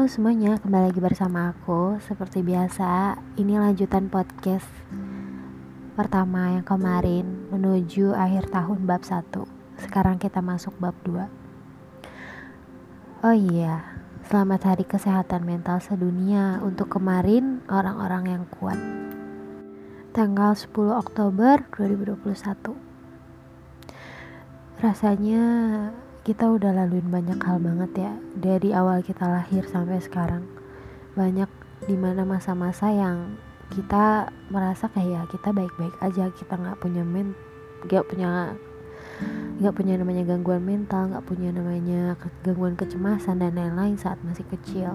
Halo semuanya, kembali lagi bersama aku. Seperti biasa, ini lanjutan podcast pertama yang kemarin menuju akhir tahun bab 1. Sekarang kita masuk bab 2. Oh iya, selamat Hari Kesehatan Mental Sedunia untuk kemarin orang-orang yang kuat. Tanggal 10 Oktober 2021. Rasanya kita udah laluin banyak hal banget ya, dari awal kita lahir sampai sekarang. Banyak dimana masa-masa yang kita merasa kayak kita baik-baik aja, kita nggak punya namanya gangguan mental, nggak punya namanya gangguan kecemasan dan lain-lain saat masih kecil.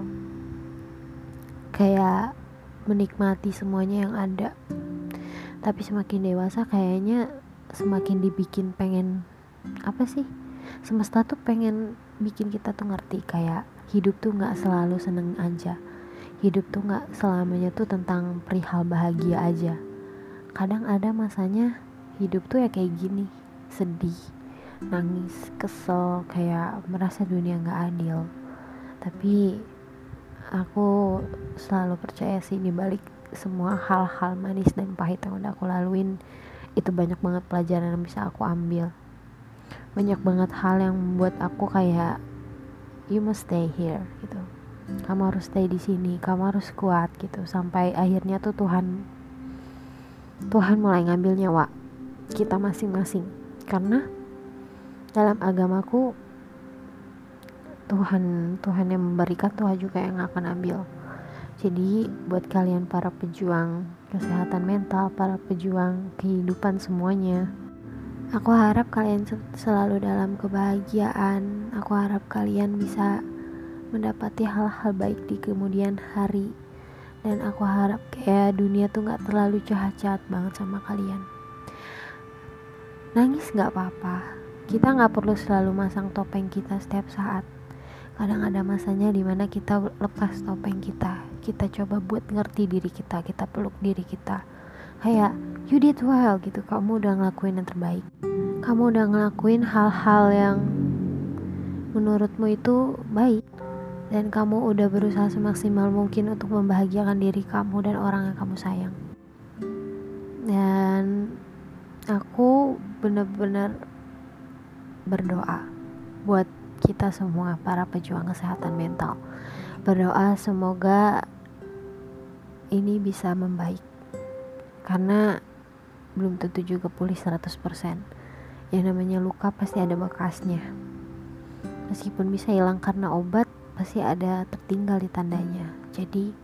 Kayak menikmati semuanya yang ada. Tapi semakin dewasa kayaknya semakin dibikin pengen semesta tuh pengen bikin kita tuh ngerti kayak hidup tuh nggak selalu seneng aja, hidup tuh nggak selamanya tuh tentang perihal bahagia aja. Kadang ada masanya hidup tuh ya kayak gini, sedih, nangis, kesel, kayak merasa dunia nggak adil. Tapi aku selalu percaya sih, di balik semua hal-hal manis dan pahit yang udah aku laluin, itu banyak banget pelajaran yang bisa aku ambil. Banyak banget hal yang membuat aku kayak you must stay here gitu. Kamu harus stay di sini, kamu harus kuat gitu. Sampai akhirnya tuh Tuhan mulai ngambil nyawa kita masing-masing. Karena dalam agamaku Tuhan yang memberikan, Tuhan juga yang akan ambil. Jadi buat kalian para pejuang kesehatan mental, para pejuang kehidupan semuanya, aku harap kalian selalu dalam kebahagiaan. Aku harap kalian bisa mendapati hal-hal baik di kemudian hari. Dan aku harap kayak dunia tuh gak terlalu jahat-jahat banget sama kalian. Nangis gak apa-apa. Kita gak perlu selalu masang topeng kita setiap saat. Kadang ada masanya dimana kita lepas topeng kita. Kita coba buat ngerti diri kita. Kita peluk diri kita. Kayak you did well gitu. Kamu udah ngelakuin yang terbaik. Kamu udah ngelakuin hal-hal yang menurutmu itu baik. Dan kamu udah berusaha semaksimal mungkin untuk membahagiakan diri kamu dan orang yang kamu sayang. Dan aku benar-benar berdoa buat kita semua para pejuang kesehatan mental. Berdoa semoga ini bisa membaik. Karena belum tentu juga pulih 100%. Yang namanya luka pasti ada bekasnya. Meskipun bisa hilang karena obat, pasti ada tertinggal di tandanya. Jadi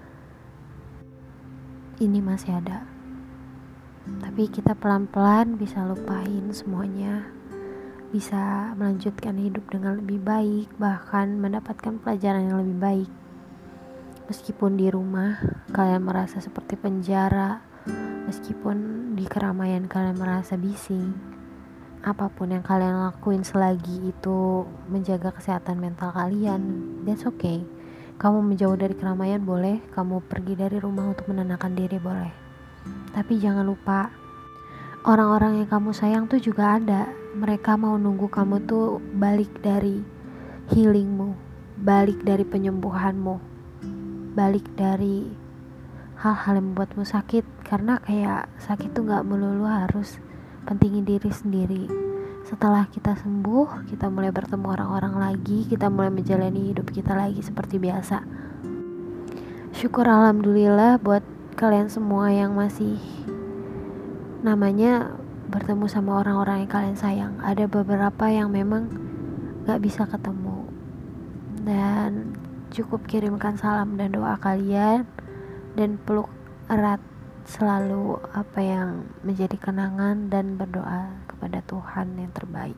ini masih ada. Tapi kita pelan-pelan bisa lupain semuanya, bisa melanjutkan hidup dengan lebih baik, bahkan mendapatkan pelajaran yang lebih baik. Meskipun di rumah kalian merasa seperti penjara, meskipun di keramaian kalian merasa bising, apapun yang kalian lakuin selagi itu menjaga kesehatan mental kalian, that's okay. Kamu menjauh dari keramaian boleh, kamu pergi dari rumah untuk menenangkan diri boleh. Tapi jangan lupa, orang-orang yang kamu sayang tuh juga ada. Mereka mau nunggu kamu tuh balik dari healingmu, balik dari penyembuhanmu, balik dari hal-hal yang membuatmu sakit. Karena kayak sakit tuh gak melulu harus pentingin diri sendiri. Setelah kita sembuh, kita mulai bertemu orang-orang lagi, kita mulai menjalani hidup kita lagi seperti biasa. Syukur alhamdulillah buat kalian semua yang masih namanya bertemu sama orang-orang yang kalian sayang. Ada beberapa yang memang gak bisa ketemu, dan cukup kirimkan salam dan doa kalian, dan peluk erat selalu apa yang menjadi kenangan, dan berdoa kepada Tuhan yang terbaik.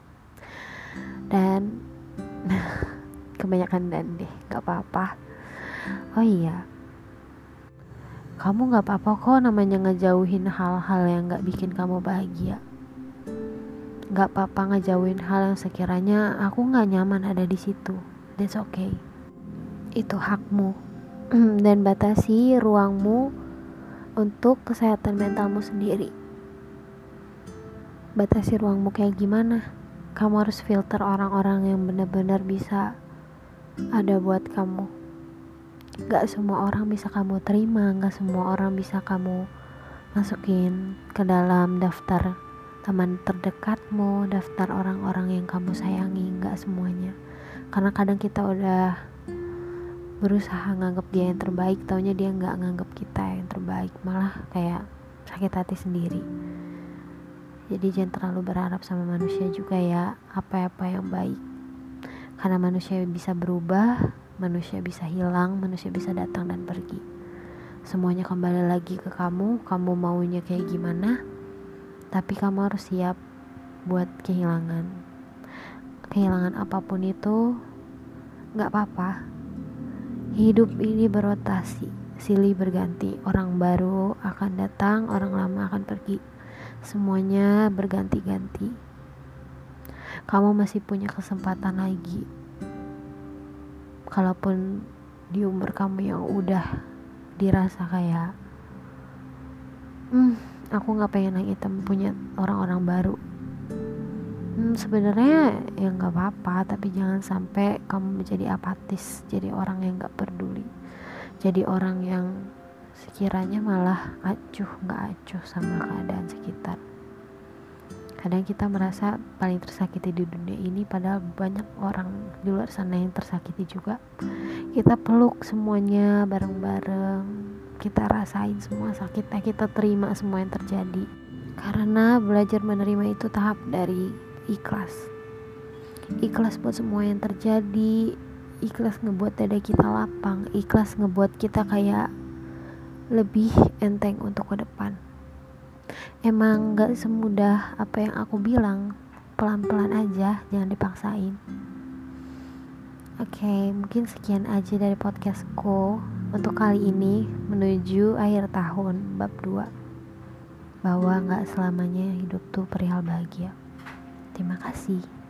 Dan kebanyakan dan deh, gak apa-apa. Oh iya, kamu gak apa-apa kok namanya ngejauhin hal-hal yang gak bikin kamu bahagia. Gak apa-apa ngejauhin hal yang sekiranya aku gak nyaman ada di situ. That's okay. Itu hakmu. Dan batasi ruangmu untuk kesehatan mentalmu sendiri. Batasi ruangmu kayak gimana? Kamu harus filter orang-orang yang benar-benar bisa ada buat kamu. Gak semua orang bisa kamu terima, gak semua orang bisa kamu masukin ke dalam daftar teman terdekatmu, daftar orang-orang yang kamu sayangi. Gak semuanya, karena kadang kita udah berusaha nganggap dia yang terbaik, taunya dia gak nganggap kita yang terbaik, malah kayak sakit hati sendiri. Jadi jangan terlalu berharap sama manusia juga ya, apa-apa yang baik, karena manusia bisa berubah, manusia bisa hilang, manusia bisa datang dan pergi. Semuanya kembali lagi ke kamu maunya kayak gimana. Tapi kamu harus siap buat kehilangan apapun itu. Gak apa-apa, hidup ini berotasi, silih berganti, orang baru akan datang, orang lama akan pergi, semuanya berganti-ganti. Kamu masih punya kesempatan lagi. Kalaupun di umur kamu yang udah dirasa kayak aku gak pengen lagi punya orang-orang baru, sebenarnya ya gak apa-apa, tapi jangan sampai kamu menjadi apatis, jadi orang yang gak peduli, jadi orang yang sekiranya malah gak acuh sama keadaan sekitar. Kadang kita merasa paling tersakiti di dunia ini, padahal banyak orang di luar sana yang tersakiti juga. Kita peluk semuanya bareng-bareng, kita rasain semua sakitnya, kita terima semua yang terjadi. Karena belajar menerima itu tahap dari ikhlas buat semua yang terjadi, ikhlas ngebuat dada kita lapang, ikhlas ngebuat kita kayak lebih enteng untuk ke depan. Emang gak semudah apa yang aku bilang, pelan-pelan aja, jangan dipaksain. Oke, mungkin sekian aja dari podcastku untuk kali ini menuju akhir tahun bab 2, bahwa gak selamanya hidup tuh perihal bahagia. Terima kasih.